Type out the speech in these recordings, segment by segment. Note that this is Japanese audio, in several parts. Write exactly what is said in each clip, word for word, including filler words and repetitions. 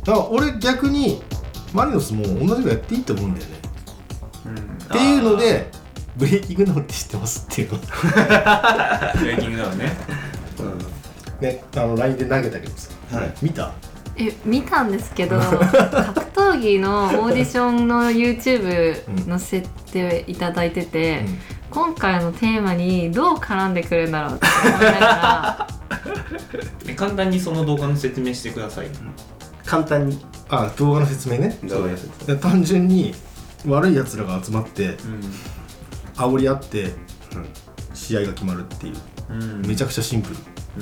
だから俺逆にマリノスも同じことやっていいと思うんだよね、うん、っていうのでブレイキングダウンって知ってますっていうのブレイキングダウンね、 うんね、あの ライン で投げたけどさ、はい、見た？ え見たんですけど格闘技のオーディションの YouTube 載せていただいてて、うん、今回のテーマにどう絡んでくるんだろうって思いながらえ簡単にその動画の説明してください。 簡単にあ動画の説明ね。 動画の説明。 単純に悪いやつらが集まって、うん、煽り合って、うん、試合が決まるっていう、うん、めちゃくちゃシンプル、うん、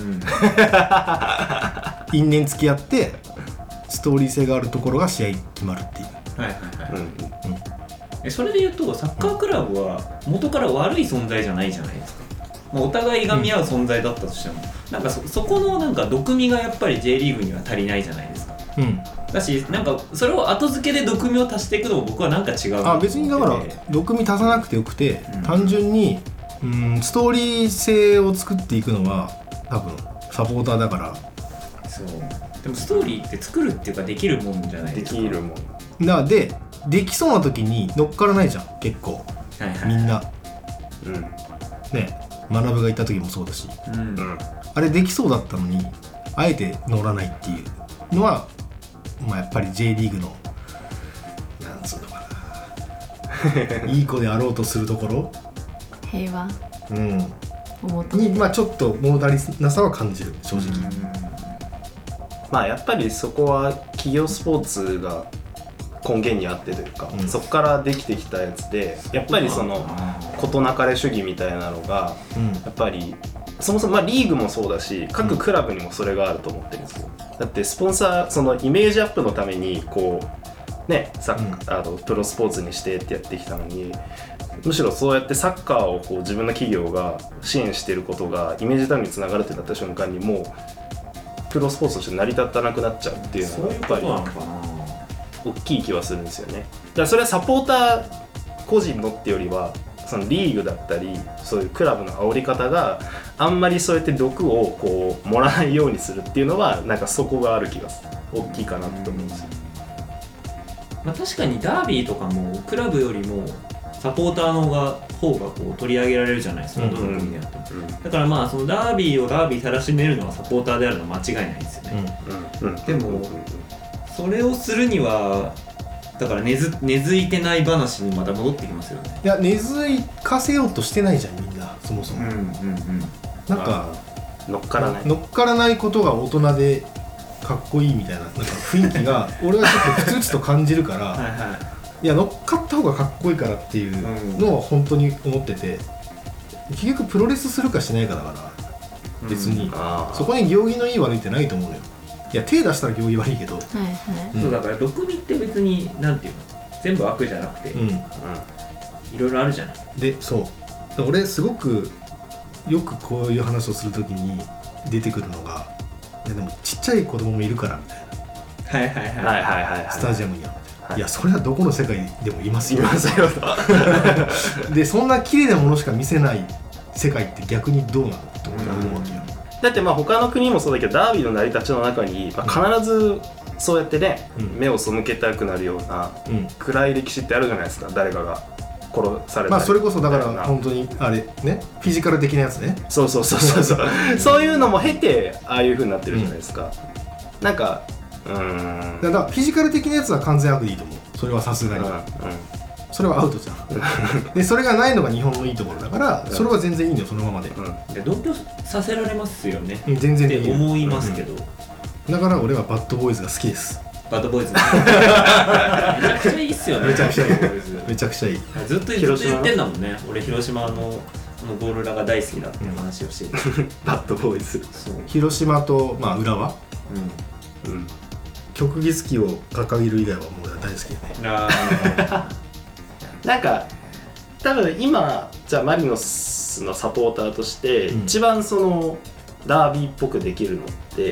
因縁付き合ってストーリー性があるところが試合決まるっていう。 はいはいはい、うんうん、えそれで言うとサッカークラブは元から悪い存在じゃないじゃないですか。まあ、お互いが見合う存在だったとしても、うん、なんか そ, そこのなんか毒味がやっぱり J リーグには足りないじゃないですか、うん、だしなんかそれを後付けで毒味を足していくのも僕はなんか違う。 あ別にだから毒味足さなくてよくて、うん、単純にうんストーリー性を作っていくのは多分サポーターだから。 そうでもストーリーって作るっていうかできるもんじゃないですか。 できるもんだでできそうな時に乗っからないじゃん結構、はいはい、みんな、うん、ね学がいた時もそうだし、うん、あれできそうだったのにあえて乗らないっていうのは、まあ、やっぱり J リーグのなんつうのかないい子であろうとするところ平和、 うん、に、まあ、ちょっと物足りなさは感じる正直、うん、 まあやっぱりそこは企業スポーツが根源にあってというか、うん、そこからできてきたやつでやっぱりその事なかれ主義みたいなのが、うん、やっぱりそもそもまあリーグもそうだし各クラブにもそれがあると思ってるんですよ。だってスポンサーそのイメージアップのためにこうねサッ、うん、あのプロスポーツにしてってやってきたのにむしろそうやってサッカーをこう自分の企業が支援していることがイメージダウンにつながるってなった瞬間にもうプロスポーツとして成り立たなくなっちゃうっていうのがやっぱり大きい気はするんですよね。だからそれはサポーター個人のってよりはそのリーグだったりそういうクラブの煽り方があんまりそうやって毒をこう盛らないようにするっていうのはなんかそこがある気がする大きいかなと思うんですよ。 まあ、確かにダービーとかもクラブよりもサポーターの方がこう取り上げられるじゃないですか、どの国であっても、うん、だからまあそのダービーをダービーたらしめるのはサポーターであるのは間違いないですよね、うんうんうん、でもそれをするにはだから根付、根付いてない話にまた戻ってきますよね。 いや根付かせようとしてないじゃんみんなそもそも、うんうんうん、なんか乗っからない乗っからないことが大人でかっこいいみたいななんか雰囲気が俺はちょっとふつふつと感じるからはい、はい、いや乗っかった方がかっこいいからっていうのは本当に思ってて、結局プロレスするかしないかだから別に、うん、そこに行儀のいい悪いってないと思うのよ。いや手出したら行儀悪いけど、はいはいうん、そうだから毒味って別になんていうの全部悪じゃなくて、うんうん、いろいろあるじゃない。 でそう俺すごくよくこういう話をするときに出てくるのがいやでもちっちゃい子供もいるからみたいなはいはいはいはいはいスタジアムには、はい、いやそれはどこの世界でもいますよいますよでそんな綺麗なものしか見せない世界って逆にどうなのって思うわけよ。 だってまあ他の国もそうだけどダービーの成り立ちの中に、まあ、必ずそうやってね、うん、目を背けたくなるような、うん、暗い歴史ってあるじゃないですか。誰かが殺されたり、 まあそれこそだから本当にあれねフィジカル的なやつね。 そうそうそうそうそうそういうのも経てああいう風になってるじゃないですか、うん、なんかうーんだからフィジカル的なやつは完全悪でいいと思う。それはさすがに、うんうん、それはアウトじゃんでそれがないのが日本のいいところだからそれは全然いいんだよそのままで、うん、 で同居させられますよね、 うん、全然って思いますけど、うん、 だから俺はバッドボーイズが好きです。 バッドボーイズめちゃくちゃいいっすよね。 めちゃくちゃいいめちゃくちゃいいずっと言ってんだもんね。俺広島ののゴールラが大好きだっていう話をしていて、 うん、バッドボーイズそう広島と、まあ、浦和、うんうん、極技好きを掲げる以外はもう大好きよね。 あなんか多分今じゃあマリノスのサポーターとして一番そのダービーっぽくできるのって、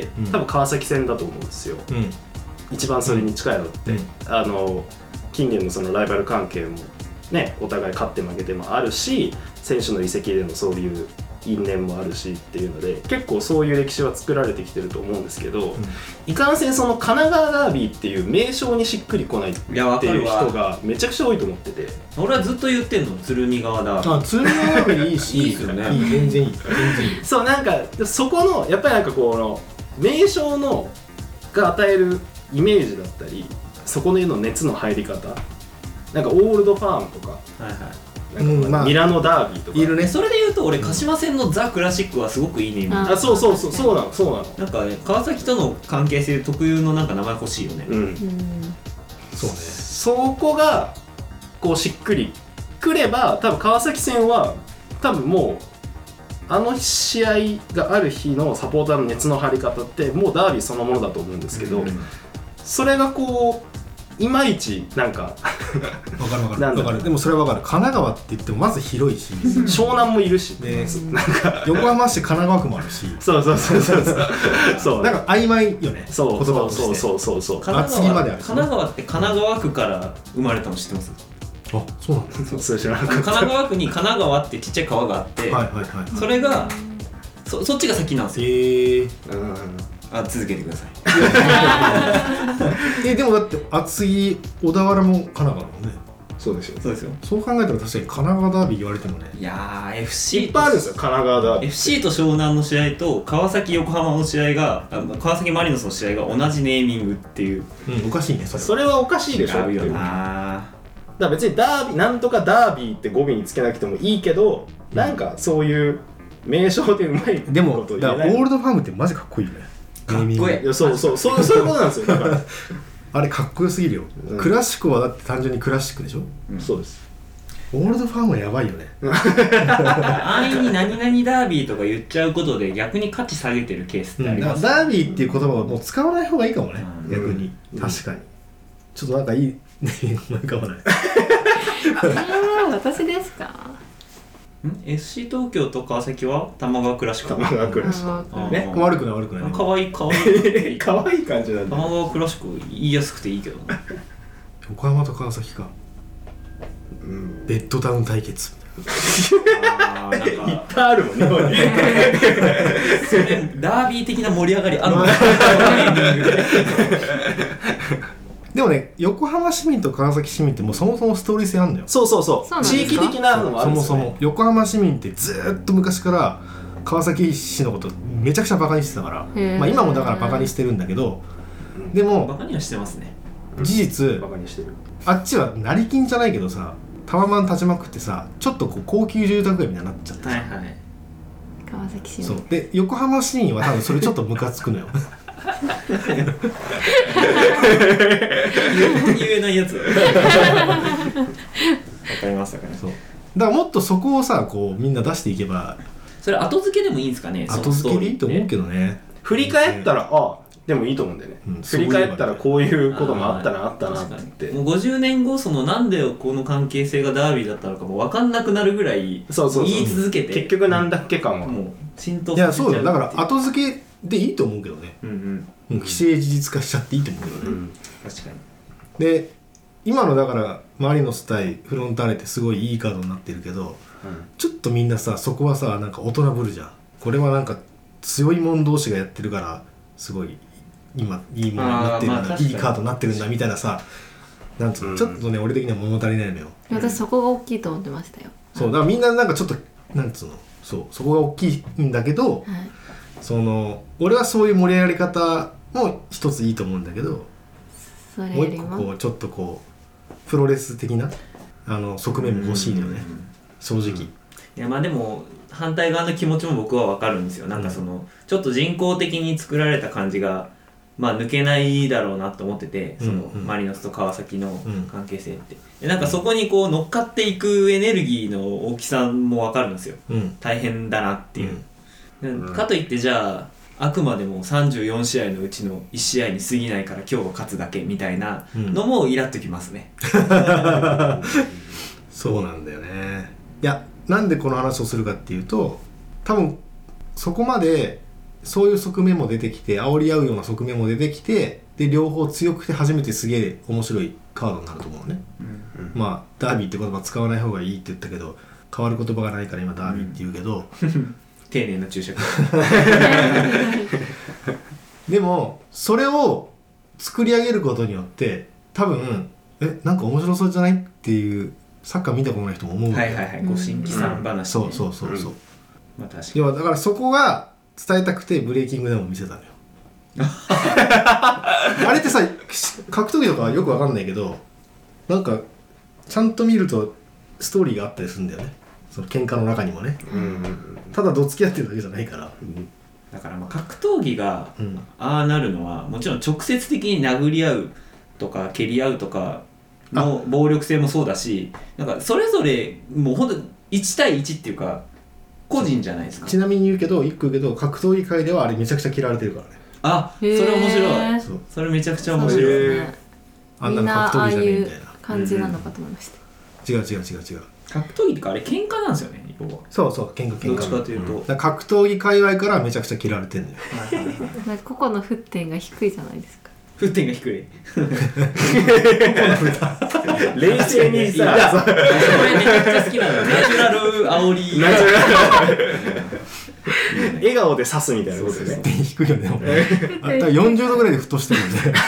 うん、多分川崎戦だと思うんですよ、うん、一番それに近いのって、うん、あの近年のそのライバル関係もねお互い勝って負けてもあるし選手の移籍でのそういう因縁もあるしっていうので結構そういう歴史は作られてきてると思うんですけど、うん、いかんせんその神奈川ダービーっていう名称にしっくりこないっていう人がめちゃくちゃ多いと思ってて、 俺はずっと言ってんの鶴見川ダービー。 あ、鶴見川ダービーいいしいいですよね。いい、全然いい全然いい。 そうなんかそこのやっぱりなんかこの名称のが与えるイメージだったりそこへの熱の入り方なんかオールドファームとか、はいはいなんか、うんまあ、ミラノダービーとかいるね。それで言うと俺鹿島線のザ・クラシックはすごくいいね、うん、 あそうそうそうそうなのそうなのなんかね川崎との関係性特有のなんか名前欲しいよね、うん、うん、 そうね。 そこがこうしっくりくれば多分川崎線は多分もうあの試合がある日のサポーターの熱の張り方ってもうダービーそのものだと思うんですけど、うん、それがこういまいちなんか分かる分かる分かる。でもそれは分かる。神奈川って言ってもまず広いし湘南もいるし、 ね、なんか横浜市神奈川区もあるしそうそうそうそうそうなんか曖昧よね。 そうそうそうそうそうそう厚木まであるし、 ね、神奈川って神奈川区から生まれたの知ってます？ あ、そうなんですそう知らなかった。 神奈川区に神奈川ってちっちゃい川があって、はいはいはいはい、それが そ, そっちが先なんですよ。へー、うんあ続けてくださいえでもだって厚木小田原も神奈川だもんね。 そうですよそうですよ。 そう考えたら確かに神奈川ダービー言われてもね。 いやー エフシーいっぱいあるんですよ神奈川ダービー。 エフシー と湘南の試合と川崎横浜の試合が川崎マリノスの試合が同じネーミングっていう、 うん、おかしいねそれは。 それはおかしいでしょ。 違うよな。だから別にダービーなんとかダービーって語尾につけなくてもいいけど、うん、なんかそういう名称でうまいこと言えない。 でもだからオールドファームってマジかっこいいよね。 かっこいい。 いやそうそうそうそういうことなんですよ。だからあれかっこよすぎるよ、うん、クラシックはだって単純にクラシックでしょ、 うん、そうです。 オールドファームはやばいよね安易に何々ダービーとか言っちゃうことで逆に価値下げてるケースってあります、 うん、ダービーっていう言葉はもう使わない方がいいかもね、うん、逆に、うん、確かにちょっとなんかいいね思い浮かばないえー、私ですか。 エフシー 東京と川崎は玉川クラシック。 玉川クラシックね、悪くない悪くない。 可愛い可愛い可愛い感じなんだ。 玉川クラシック言いやすくていいけどね。 横浜と川崎か、うん、ベッドタウン対決あなんかいっぱいあるもんねそれダービー的な盛り上がりあるもんねでもね、横浜市民と川崎市民ってもうそもそもストーリー性あるんだよ。 そうそうそう。地域的なのもあるんですよね。 そもそも横浜市民ってずーっと昔から川崎市のことめちゃくちゃバカにしてたから、まあ今もだからバカにしてるんだけど、でもバカにはしてますね。 事実、 バカにしてる。 あっちは成金じゃないけどさ、タワマン立ちまくってさ、ちょっとこう高級住宅街みたいになっちゃってさ、はいはい、 川崎市民。そうで横浜市民は多分それちょっとムカつくのよ。 言えないやつ。わかりましたかね。 そう。だからもっとそこをさ、こうみんな出していけば。 それ後付けでもいいんですかね。 後付けでいいと思うけどね。 振り返ったら、あ、でもいいと思うんだよね。うん、振り返ったらこういうこともあったなあったなって。 もうごじゅうねんごそのなんでこの関係性がダービーだったのかも分かんなくなるぐらい言い続けて。 結局なんだっけ感はもう浸透させちゃう。いやそうだよ。だから後付けでいいと思うけどね、うんうん、もう既成事実化しちゃっていいと思うけどね、うん、 確かに。 で今のだからマリノス対フロンターレってすごいいいカードになってるけど、うん、ちょっとみんなさそこはさなんか大人ぶるじゃん。これはなんか強い者同士がやってるからすごい今いいものになってるんだ、まあ、いいカードになってるんだみたいなさ、なんつうの、うん、ちょっとね俺的には物足りないのよ。 私そこが大きいと思ってましたよ。 そうだからみんななんかちょっとなんつうの、そうそこが大きいんだけど、はい、その俺はそういう盛り上がり方も一ついいと思うんだけど、 それもう一個こうちょっとこうプロレス的なあの側面も欲しいのよね、正直。いやまあでも反対側の気持ちも僕は分かるんですよ。なんかそのちょっと人工的に作られた感じがまあ抜けないだろうなと思ってて、そのマリノスと川崎の関係性って、でなんかそこにこう乗っかっていくエネルギーの大きさも分かるんですよ、うん、大変だなっていう、うん、かといってじゃああくまでもさんじゅうよんしあいのうちのいち試合に過ぎないから今日は勝つだけみたいなのもイラっときますね、うん、 そうなんだよね。いやなんでこの話をするかっていうと、多分そこまでそういう側面も出てきて煽り合うような側面も出てきて、で両方強くて初めてすげえ面白いカードになると思うね、うんうん、まあダービーって言葉使わない方がいいって言ったけど変わる言葉がないから今ダービーって言うけど、うん、 丁寧な注釈でもそれを作り上げることによって多分えなんか面白そうじゃないっていうサッカー見たことない人も思うわけ。 はいはいはい、ご新規さん話、ね、 そうそうそうそう、うん、 まあ確かに。 要はだからそこが伝えたくてブレイキングでも見せたのよあれってさ格闘技とかはよくわかんないけどなんかちゃんと見るとストーリーがあったりするんだよね、その喧嘩の中にもね、うんうんうん、ただどつき合ってるだけじゃないから、うん、 だからまあ格闘技がああなるのはもちろん直接的に殴り合うとか蹴り合うとかの暴力性もそうだし、なんかそれぞれもうほんといち対いちっていうか個人じゃないですか。 ちなみに言うけど一個言うけど格闘技界ではあれめちゃくちゃ嫌われてるからね。 あ、それ面白い。そ, それめちゃくちゃ面白い、ね、 あんなの格闘技じゃねえみたいな感じなのかと思いました、 うん、違う違う違う違う。 格闘技ってかあれ喧嘩なんですよね、要は。 そうそう喧嘩喧嘩。 どっちかというと、うん、 だ格闘技界隈からめちゃくちゃ嫌われてるんだよなんか個々の沸点が低いじゃないですか。 沸点が低い冷静にさ、 いやそれめちゃくちゃ好きなのよ。ナチュラル煽りナチュラル笑顔で刺すみたいなことですね。 沸点低いよねあったらよんじゅうどぐらいで沸騰してる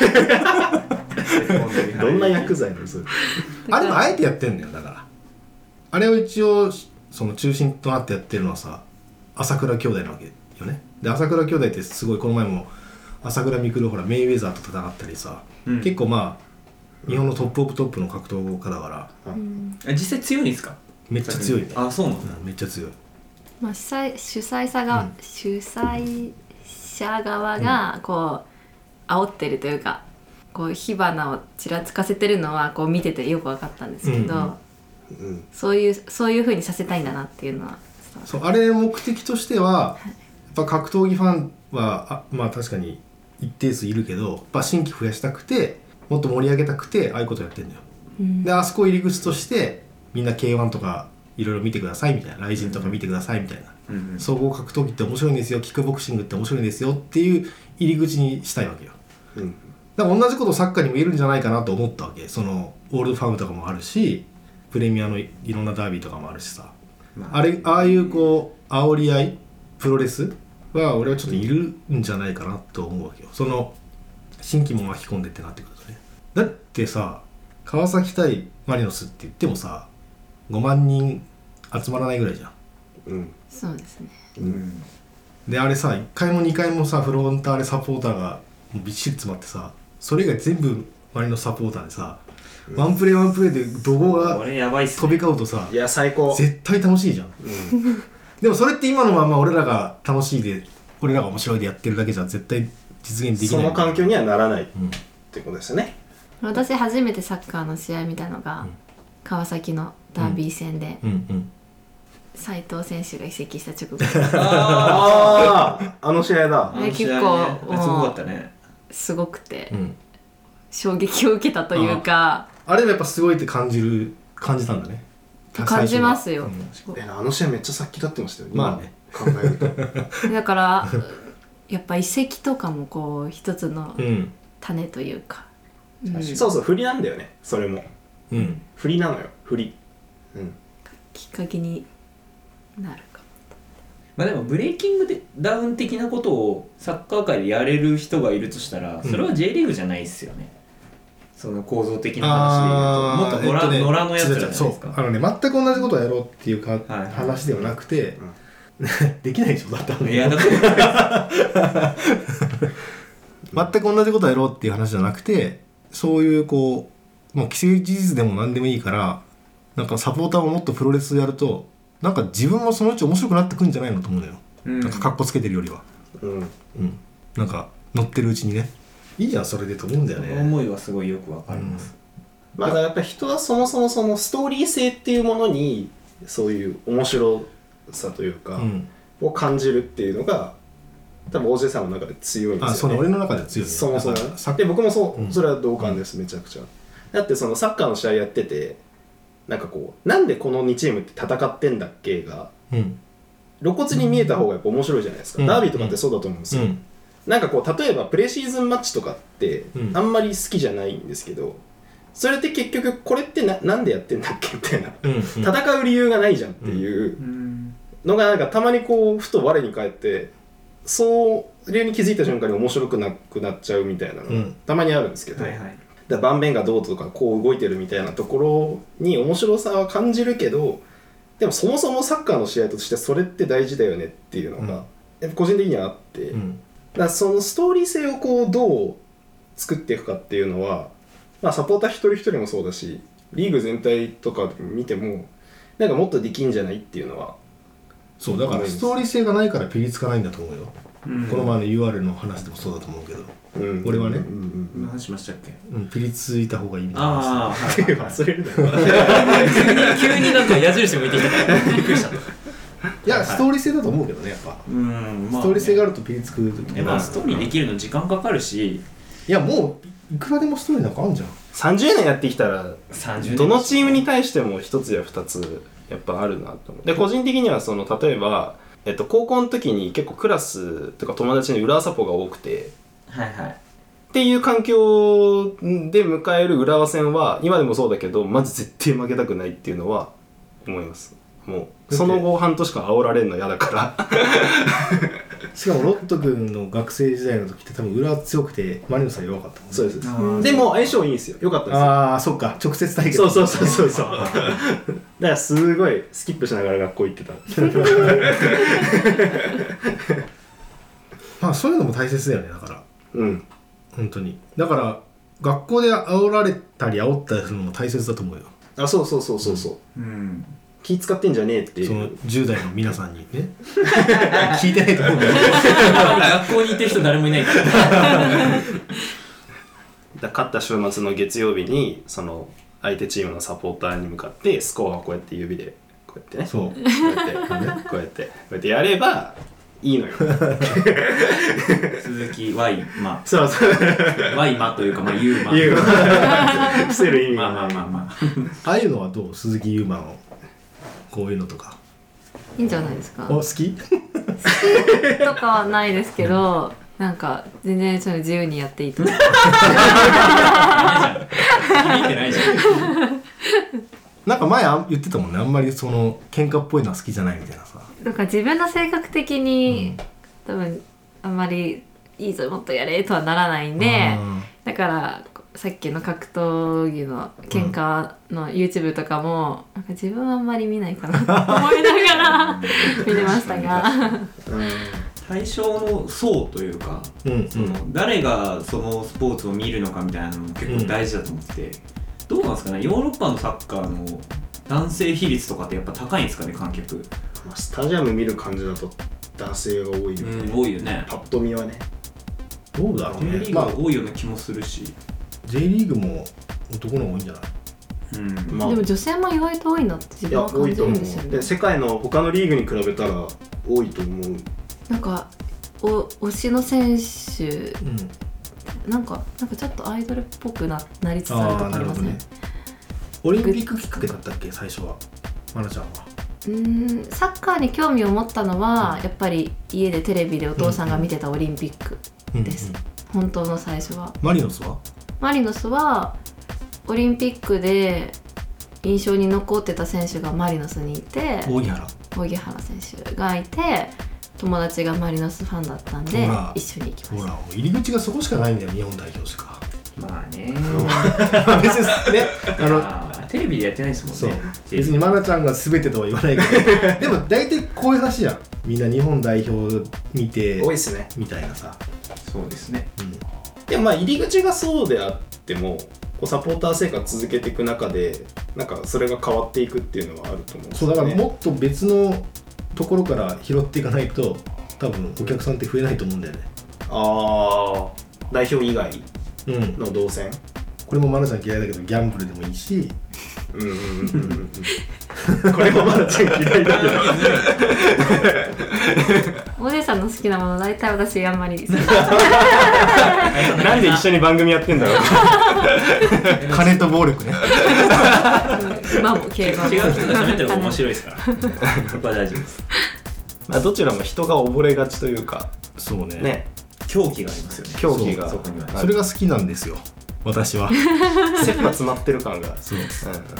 んでどんな薬剤なのそれ。 あれもあえてやってんだよ。だからあれを一応その中心となってやってるのはさ朝倉兄弟なわけよね。で朝倉兄弟ってすごいこの前も朝倉未来ほらメイウェザーと戦ったりさ、うん、結構まあ日本のトップオブトップの格闘家だから、 うん、実際強いんですか。 めっちゃ強いね。 あ、そうなの、 うん、めっちゃ強い。 まあ、主催主催者が、うん、主催者側がこう煽ってるというかこう火花をちらつかせてるのはこう見ててよく分かったんですけど、うんうん、そういうそういう風にさせたいんだなっていうのはそうあれ目的としては、はい、やっぱ格闘技ファンはあまあ確かに一定数いるけどやっぱ新規増やしたくてもっと盛り上げたくてああいうことやってんだよ、うん、であそこ入り口としてみんな ケーワン とかいろいろ見てくださいみたいなライジンとか見てくださいみたいな、うんうん、総合格闘技って面白いんですよキックボクシングって面白いんですよっていう入り口にしたいわけよ、うん、だから同じことをサッカーにも言えるんじゃないかなと思ったわけ。そのオールドファームとかもあるしプレミアのいろんなダービーとかもあるしさ、まあ、あれああいうこう煽り合いプロレスは俺はちょっといるんじゃないかなと思うわけよ。その新規も巻き込んでってなってくるとね。だってさ川崎対マリノスって言ってもさごまんにん集まらないぐらいじゃん、 うん、そうですね、 うん、であれさいっかいもにかいもさフロンターレサポーターがもうびっしり詰まってさそれ以外全部マリノスサポーターでさ、うん、ワンプレーワンプレーで怒号が飛び交うとさいや最高絶対楽しいじゃん、うんでもそれって今のまま俺らが楽しいで俺らが面白いでやってるだけじゃ絶対実現できない。 その環境にはならない、うん、ってことですよね。 私初めてサッカーの試合見たのが、うん、川崎のダービー戦で、うんうんうん、斉藤選手が移籍した直後あああの試合だ。 あれ結構ね、すごかったね。 すごくて、うん、衝撃を受けたというかあ, あれもやっぱすごいって感じる感じたんだね。 感じますよ、 うん、あの試合めっちゃさっき立ってましたよね。 まあね考えるとだからやっぱ遺跡とかもこう一つの種というか、 うんうん、そうそう振りなんだよねそれも、うん、振りなのよ振り、 うん、きっかけになるかも。 まあでもブレイキングでダウン的なことをサッカー界でやれる人がいるとしたらそれは J リーグじゃないですよね、うん、その構造的な話で言うともっと野良、えっとね、野良のやつらじゃないですか。 そうあのね全く同じことをやろうっていうか、はいはい、話ではなくて、うん、できないでしょだって。いやだから全く同じことをやろうっていう話じゃなくてそういうこうもう既成事実でも何でもいいからなんかサポーターももっとプロレスやるとなんか自分もそのうち面白くなってくるんじゃないのと思うのよ、うん、なんかカッコつけてるよりは、うんうん、なんか乗ってるうちにねいいじゃんそれでと思うんだよね。 その思いはすごいよくわかります、 うん、まあだからやっぱ人はそもそもそのストーリー性っていうものにそういう面白さというか、うん、を感じるっていうのが多分 オージェー さんの中で強いんですよね。 あその俺の中で強いね。 そもそもで僕もそう、うん、それは同感です、めちゃくちゃ。だってそのサッカーの試合やっててなんかこうなんでこのにチームって戦ってんだっけが、うん、露骨に見えた方がやっぱ面白いじゃないですか、うん、ダービーとかってそうだと思うんですよ、うん、なんかこう例えばプレシーズンマッチとかってあんまり好きじゃないんですけどそれって結局これって な, なんでやってんだっけみたいな、うんうん、戦う理由がないじゃんっていう、うん、 のがなんかたまにこうふと我に返ってそれに気づいた瞬間に面白くなくなっちゃうみたいなのがたまにあるんですけど、はいはい、だ盤面がどうとかこう動いてるみたいなところに面白さは感じるけど、でもそもそもサッカーの試合としてそれって大事だよねっていうのが、うん、個人的にはあって、うん、だからそのストーリー性をこうどう作っていくかっていうのは、まあ、サポーター一人一人もそうだしリーグ全体とか見てもなんかもっとできんじゃないっていうのは。 そうだからストーリー性がないからピリつかないんだと思うよ、うん、この前の ユーアール の話でもそうだと思うけど、うん、俺はね、うんうんうん、何しましたっけ、 うん、ピリついた方がいいみたいな話。 ああ、はいはいはい、忘れるな急に急になんか矢印向いてきたからびっくりした。 いや、ストーリー性だと思うけどね、やっぱ、うん、まあね、ストーリー性があるとピリつくと、 ね、まあストーリーできるの時間かかるし、 いやもういくらでもストーリーなんかあるじゃん。 さんじゅうねんやってきたらどのチームに対しても一つや二つやっぱあるなと思う。で個人的にはその例えば、えっと、高校の時に結構クラスとか友達に浦和サポが多くて、 はいはい、 っていう環境で迎える浦和戦は今でもそうだけどまず絶対負けたくないっていうのは思います。もうその後半年間煽られるの嫌だからしかもロット君の学生時代の時って多分浦和強くてマリノスは弱かったもんね。 そうです。でも相性いいんですよ。良かったですよ。 ああ、そっか、直接対決。 そうそうそうそうそうだからすごいスキップしながら学校行ってたまあそういうのも大切だよね。だからうん本当にだから学校で煽られたり煽ったりするのも大切だと思うよ。 あ、そうそうそうそうそう、うん、気使ってんじゃねえっていう、 そのじゅう代の皆さんにね聞いてないと思うんだけど学校に行ってる人誰もいないからだ勝った週末の月曜日にその相手チームのサポーターに向かってスコアをこうやって指でこうやってね、 そうこうやってこうやってこうやってやればいいのよ鈴木 Y まあそうそう Y まというかまあユーマユーマ伏せる意味まあまあまあまあああいうのはどう？鈴木ユーマのこういうのとかいいんじゃないですか。 お好き？ 好きとかはないですけどなんか全然そういうの自由にやっていいと思う。響いてないじゃんなんか前言ってたもんね、あんまりその喧嘩っぽいのは好きじゃないみたいなさ。 なんか自分の性格的に、うん、多分あんまりいいぞもっとやれとはならないんで、だからさっきの格闘技の喧嘩の YouTube とかも、うん、なんか自分はあんまり見ないかなと思いながら見てましたが対象の層というか、うんうん、その誰がそのスポーツを見るのかみたいなのも結構大事だと思ってて、うん、どうなんですかね、ヨーロッパのサッカーの男性比率とかってやっぱ高いんですかね、観客。 スタジアム見る感じだと男性が多いよね、 うん、多いよね、 パッと見はね。 どうだろうね、 J リーグは多いような気もするし、 まあ、J リーグも男の方が多いんじゃない？ うんまあ、でも女性も意外と多いなって自分は感じるんですよね。 で世界の他のリーグに比べたら多いと思う。 なんかお推しの選手、うん、なんかなんかちょっとアイドルっぽく な, なりつつあるとかありますね。ね、 オリンピックきっかけだったっけ最初は、まなちゃんは。 うーんサッカーに興味を持ったのは、うん、やっぱり家でテレビでお父さんが見てたオリンピックです、うんうん、本当の最初は。 マリノスはマリノスはオリンピックで印象に残ってた選手がマリノスにいて、 荻原荻原選手がいて、友達がマリノスファンだったんで一緒に行きました。 ほら入り口がそこしかないんだよ、日本代表しか。 まあね別にね、あのテレビでやってないですもんね。 そう別にまなちゃんが全てとは言わないけどでも大体こういう話じゃん、みんな日本代表見て多いっすねみたいなさ。 そうですね、 うん、でもまあ入り口がそうであってもサポーター生活続けていく中でなんかそれが変わっていくっていうのはあると思うんですよね。 そうだからもっと別のところから拾っていかないと多分お客さんって増えないと思うんだよね。 ああ、代表以外の動線、うん、 これもまなちゃん嫌いだけどギャンブルでもいいし、 うんうんうんうんこれもまなちゃん嫌いだけどお姉さんの好きなもの大体私あんまりなんで一緒に番組やってんだろう金と暴力ね今も競馬も違う人が喋ってる方が面白いですからそこは大丈夫です。 まあどちらも人が溺れがちというか、 そうね、 ね、 狂気がありますよね。 狂気がそ, こにはそれが好きなんですよ私は切羽詰まってる感がそう、うん、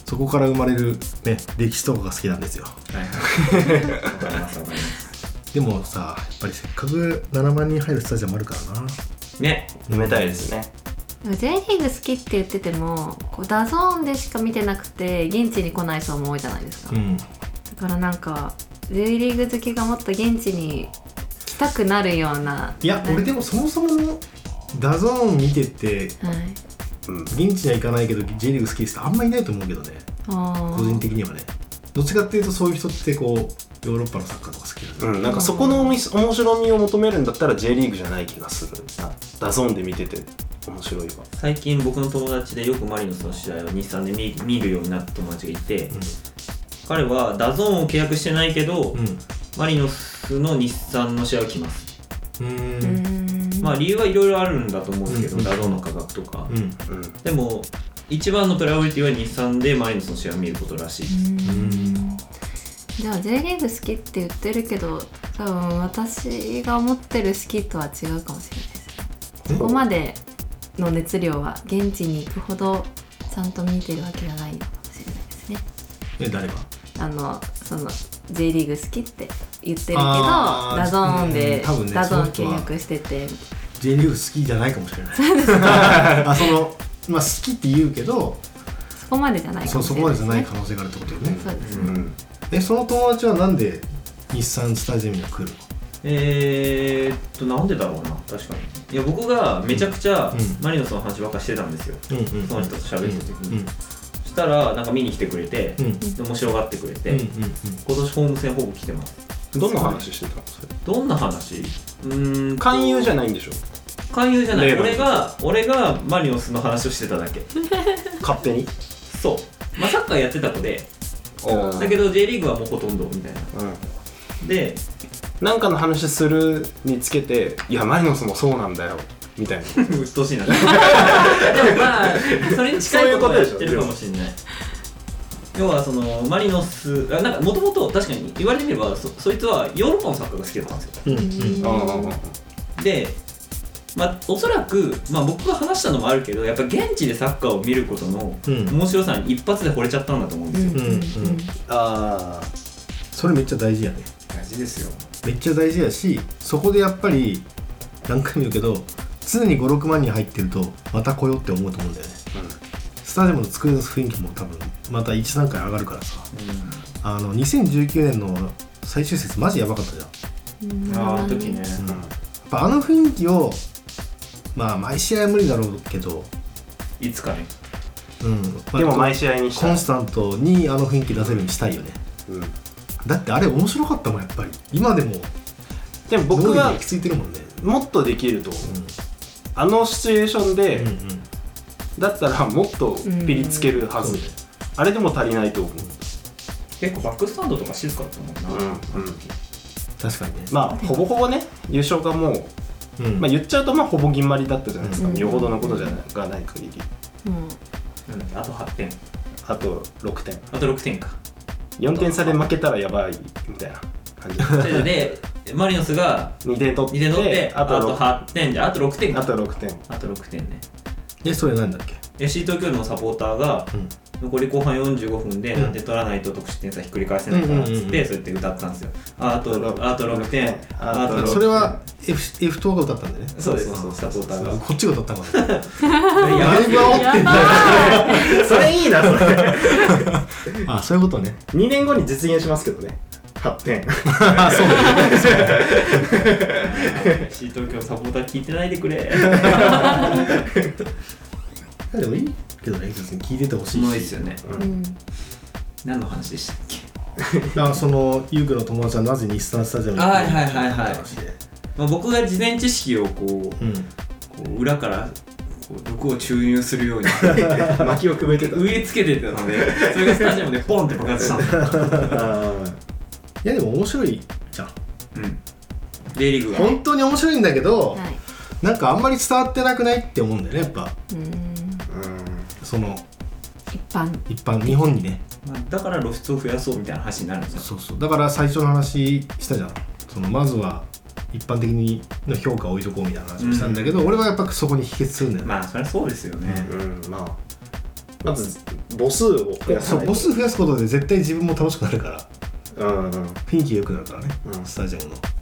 そこから生まれるね歴史とかが好きなんですよ。 はいはいわかりますわかりますでもさやっぱりせっかくななまんにん入るスタジアムあるからなね埋めたいですね。 J リーグ好きって言っててもこうダゾーンでしか見てなくて現地に来ない人も多いじゃないですか、 うんだからなんか J リーグ好きがもっと現地に来たくなるようないや俺でもそもそものダゾーン見ててはいうん、 現地には行かないけど J リーグ好きですってあんまいないと思うけどねあ個人的にはね。どっちかっていうとそういう人ってこうヨーロッパのサッカーとか好きだね、 うん、なんかそこのおみ面白みを求めるんだったら J リーグじゃない気がするな。ダゾーンで見てて面白いわ。 最近僕の友達でよくマリノスの試合を日産で 見, 見るようになった友達がいて、 うん彼はダゾーンを契約してないけど、 うんマリノスの日産の試合を来ます。 うーーうんんまあ理由はいろいろあるんだと思うんですけど、 うんダゾーンの価格とか、 うんうんでも一番のプライオリティは日産でマリノスの試合を見ることらしい。 うんじゃあ J リーグ好きって言ってるけど多分私が思ってる好きとは違うかもしれないですね。そこまでの熱量は現地に行くほどちゃんと見てるわけじゃないのかもしれないですね。 え誰があのその J リーグ好きって言ってるけどあーダゾーンで、 うん多分ねダゾーンその人は契約してて J リーグ好きじゃないかもしれないあそのまあ好きって言うけどそこまでじゃないかそうそもしれないですね。 こまでじゃない可能性があるってことよね。 そうですね。 うんえその友達はなんで日産スタジアムに来るの？ えーっとなんでだろうな。確かにいや僕がめちゃくちゃうんマリノスの話ばっかしてたんですよ、 うんうんその人と喋った時に、 うんそしたらなんか見に来てくれて、 うんうんで面白がってくれて、 うんうん今年ホーム戦ほぼ来てます。 どんな話してたのそれ？ どんな話？うーん勧誘じゃないんでしょ？ 勧誘じゃない。 例の俺が俺がマリノスの話をしてただけ勝手に？ そうまあサッカーやってた子でおーだけど J リーグはもうほとんどみたいなうんでなんかの話するにつけて、いやマリノスもそうなんだよみたいな。 うっとうしいなでもまあそれに近いことをやってるかもしれない。要はそのマリノスあなんかもともと確かに言われてみれば そ, そいつはヨーロッパのサッカーが好きだったんですよ。 うんうんあでまあおそらく、まあ、僕が話したのもあるけどやっぱ現地でサッカーを見ることのうん面白さに一発で惚れちゃったんだと思うんですよ。 うんうんうんあそれめっちゃ大事やね。 大事ですよ。 めっちゃ大事やしそこでやっぱり何回も言うけど常にごろくまんにん入ってるとまた来ようって思うと思うんだよね。スタジアムの作り出す雰囲気も多分またいち段階上がるからさ、あのにせんじゅうきゅうねんの最終節マジやばかったじゃん。 うんああの時ね、 うんやっぱあの雰囲気をまあ毎試合は無理だろうけど、 いつかね。 うんまあでも毎試合にしたコンスタントにあの雰囲気出せるようにしたいよね。 うんだってあれ面白かったもんやっぱり。今でもでも僕が脳裏に行き着いてるもんね。 もっとできると思う、あのシチュエーションで、 うんうんだったらもっとピリつけるはず、 うんあれでも足りないと思う、 結構バックスタンドとか静かだと思うな、 うんうん確かにね。 まあほぼほぼね優勝がもう、 うんまあ、言っちゃうとまあほぼ銀まりだったじゃないですか、 うんよほどのことじゃないがない限りうんなんだっけあとはってんあとろくてんあとろくてんかよんてん差で負けたらやばいみたいな感じででマリノスがにてん取ってにてん取ってあとあとろくはってんじゃあとろくてんかあとろくてんあとろくてんね。 えそれなんだっけ？ エフシー 東京のサポーターがうん残り後半よんじゅうごふんでうん何点取らないと得失点差ひっくり返せないからっつうんうんうんうんってそうやって歌ったんですよ。ああとあとろくてんあとろくてんそれは F, F 党が歌ったんだよね。 そうですサポーターがこっちが歌ったのかな。 やだいぶ煽ってんだよ。 それいいなそれあそういうことね。 にねんごに実現しますけどねはってんあそうだね。 エフシー 東京のサポーター聞いてないでくれ。 でもいいけどね、別に聞いててほしいし。 もういいですよね。 うん何の話でしたっけ？ あそのユウクの友達はなぜ日産スタジアムにはいはいはいはい話でまあ僕が事前知識をこううんこう裏からこう毒を注入するように薪をくべてた植え付けてたのでそれがスタジアムでポンって爆発したんですよ。 いやでも面白いじゃん。 うん J リーグが本当に面白いんだけど、 はいなんかあんまり伝わってなくないって思うんだよね、やっぱうんその一般一般日本にね。 まあだから露出を増やそうみたいな話になるんですよ。 そうそうだから最初の話したじゃん。そのまずは一般的にの評価を置いとこうみたいな話をしたんだけど、 うん俺はやっぱそこに秘訣するんだよね。 まあそりゃそうですよね。 うんまあまず母数を増やさないと。 母数増やすことで絶対自分も楽しくなるから、 うんうん、 雰囲気良くなるからね、うん、スタジアムの。